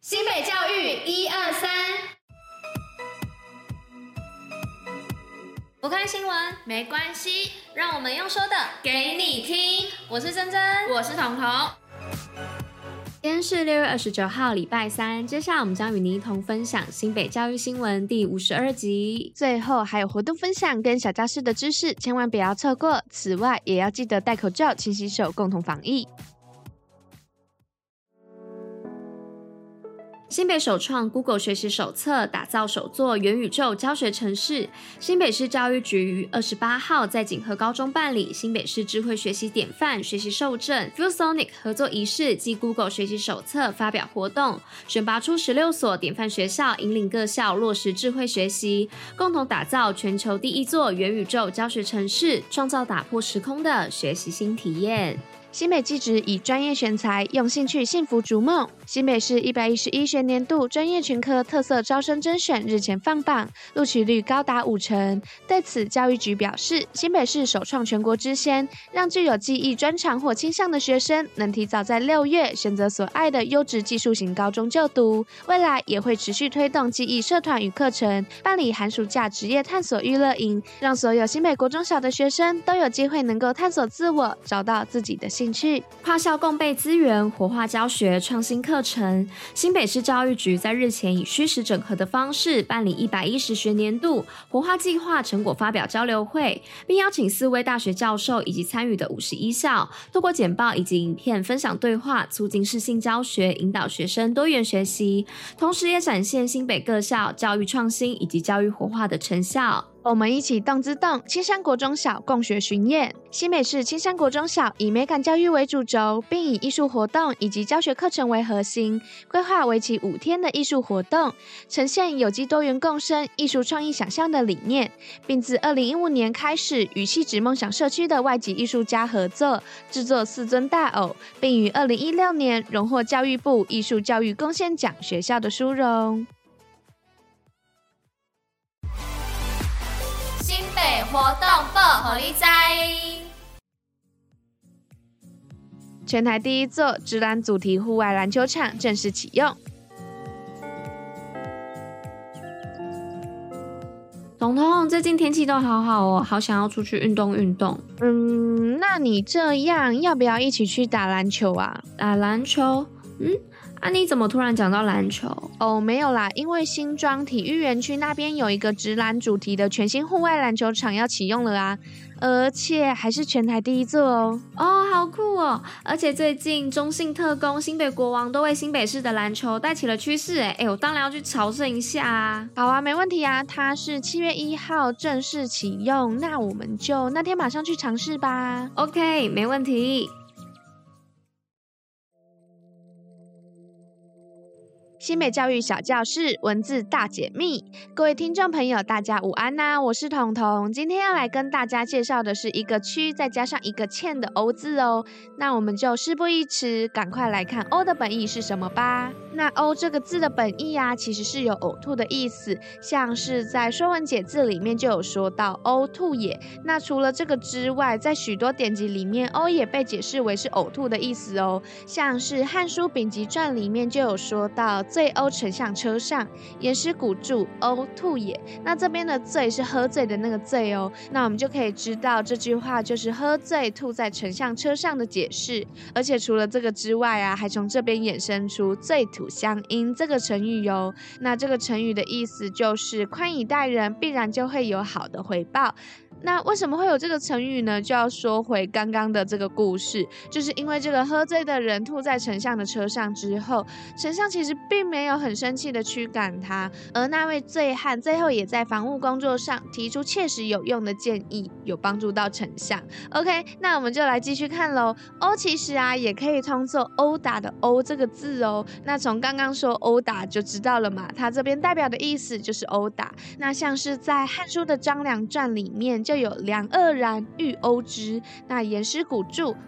新北教育123，不看新闻没关系，让我们用说的给你听。我是珍珍，我是彤彤。今天是6月29号，礼拜三。接下来我们将与您一同分享新北教育新闻第52集。 最后还有活动分享跟小教室的知识，千万不要错过。此外，也要记得戴口罩、勤洗手，共同防疫。 新北首创 Google 学习手册，打造首座元宇宙教学城市。新北市教育局于28号在锦和高中办理新北市智慧学习典范学习受证 ViewSonic 合作仪式暨 Google 学习手册发表活动，选拔出16所典范学校，引领各校落实智慧学习，共同打造全球第一座元宇宙教学城市，创造打破时空的学习新体验。 新北技职以专业选才，用兴趣幸福逐梦。新北市111学年度专业群科特色招生甄选日前放榜，录取率高达50%。对此，教育局表示，新北市首创全国之先，让具有技艺专长或倾向的学生能提早在6月选择所爱的优质技术型高中就读。未来也会持续推动技艺社团与课程，办理寒暑假职业探索娱乐营，让所有新北国中小的学生都有机会能够探索自我，找到自己的兴趣。 跨校共备资源，活化教学，创新课程。新北市教育局在日前以虚实整合的方式办理110学年度活化计划成果发表交流会，并邀请4位大学教授以及参与的51校，透过简报以及影片分享对话，促进适性教学，引导学生多元学习，同时也展现新北各校教育创新以及教育活化的成效。 我们一起动资动，青山国中小共学巡演。新北市青山国中小以美感教育为主轴，并以艺术活动以及教学课程为核心，规划为期5天的艺术活动，呈现有机多元共生、艺术创意想象的理念，并自2015年开始与汐止梦想社区的外籍艺术家合作，制作4尊大偶，并于2016年荣获教育部艺术教育贡献奖学校的殊荣。 新北活动报虎你知， 全台第一座直篮主题户外篮球场正式启用。 彤彤，最近天气都好好哦，好想要出去运动运动。 那你这样要不要一起去打篮球啊？ 打篮球？你怎么突然讲到篮球？ 没有啦，因为新庄体育园区那边有一个直篮主题的全新户外篮球场要启用了啊，而且还是全台第一座哦。 好酷哦！而且最近中信特攻、新北国王都为新北市的篮球带起了趋势我当然要去朝圣一下啊。 好啊，没问题啊，它是7月1号正式启用，那我们就那天马上去尝试吧。 OK， 没问题。 新北教育小教室文字大解密，各位听众朋友大家午安啊，我是彤彤，今天要来跟大家介绍的是一个区再加上一个欠的欧字哦，那我们就事不宜迟，赶快来看欧的本意是什么吧。那欧这个字的本意啊，其实是有呕吐的意思，像是在说文解字里面就有说到呕吐也，那除了这个之外，在许多典籍里面欧也被解释为是呕吐的意思哦，像是汉书丙吉传里面就有说到醉呕丞相车上，颜师古注呕吐也，那这边的醉是喝醉的那个醉哦，那我们就可以知道这句话就是喝醉吐在丞相车上的解释，而且除了这个之外啊，还从这边衍生出醉吐相因这个成语哦，那这个成语的意思就是宽以待人，必然就会有好的回报。那为什么会有这个成语呢？就要说回刚刚的这个故事，就是因为这个喝醉的人吐在丞相的车上之后，丞相其实并没有很生气的驱赶他，而那位醉汉最后也在防务工作上提出切实有用的建议，有帮助到丞相。OK， 那我们就来继续看咯。殴其实啊也可以通作殴打的殴这个字哦，那从刚刚说殴打就知道了嘛，它这边代表的意思就是殴打。那像是在汉书的张良传里面就有梁愕然欲殴之，那颜师古注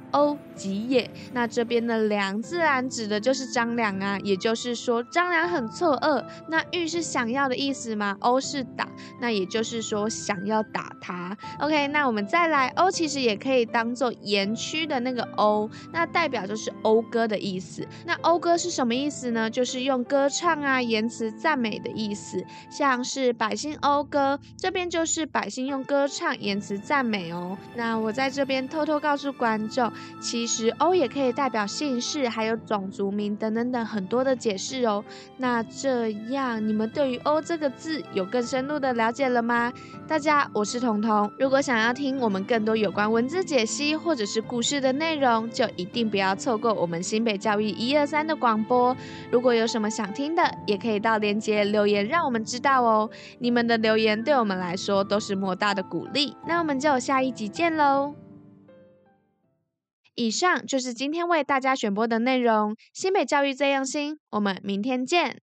欧吉也。那这边的良自然指的就是张良啊，也就是说张良很错愕。那欲是想要的意思嘛，欧是打，那也就是说想要打他。OK， 那我们再来，欧其实也可以当做言区的那个欧，那代表就是讴歌的意思。那讴歌是什么意思呢？就是用歌唱啊、言辞赞美的意思，像是百姓讴歌，这边就是百姓用歌唱、言辞赞美哦。那我在这边偷偷告诉观众，其实欧也可以代表姓氏，还有种族名等等等很多的解释哦。那这样你们对于欧这个字有更深入的了解了吗？大家，我是彤彤。如果想要听我们更多有关文字解析或者是故事的内容，就一定不要错过我们新北教育123的广播。如果有什么想听的，也可以到连结留言让我们知道哦。你们的留言对我们来说都是莫大的鼓励。那我们就下一集见喽。以上就是今天为大家选播的内容。新北教育最用心，我们明天见。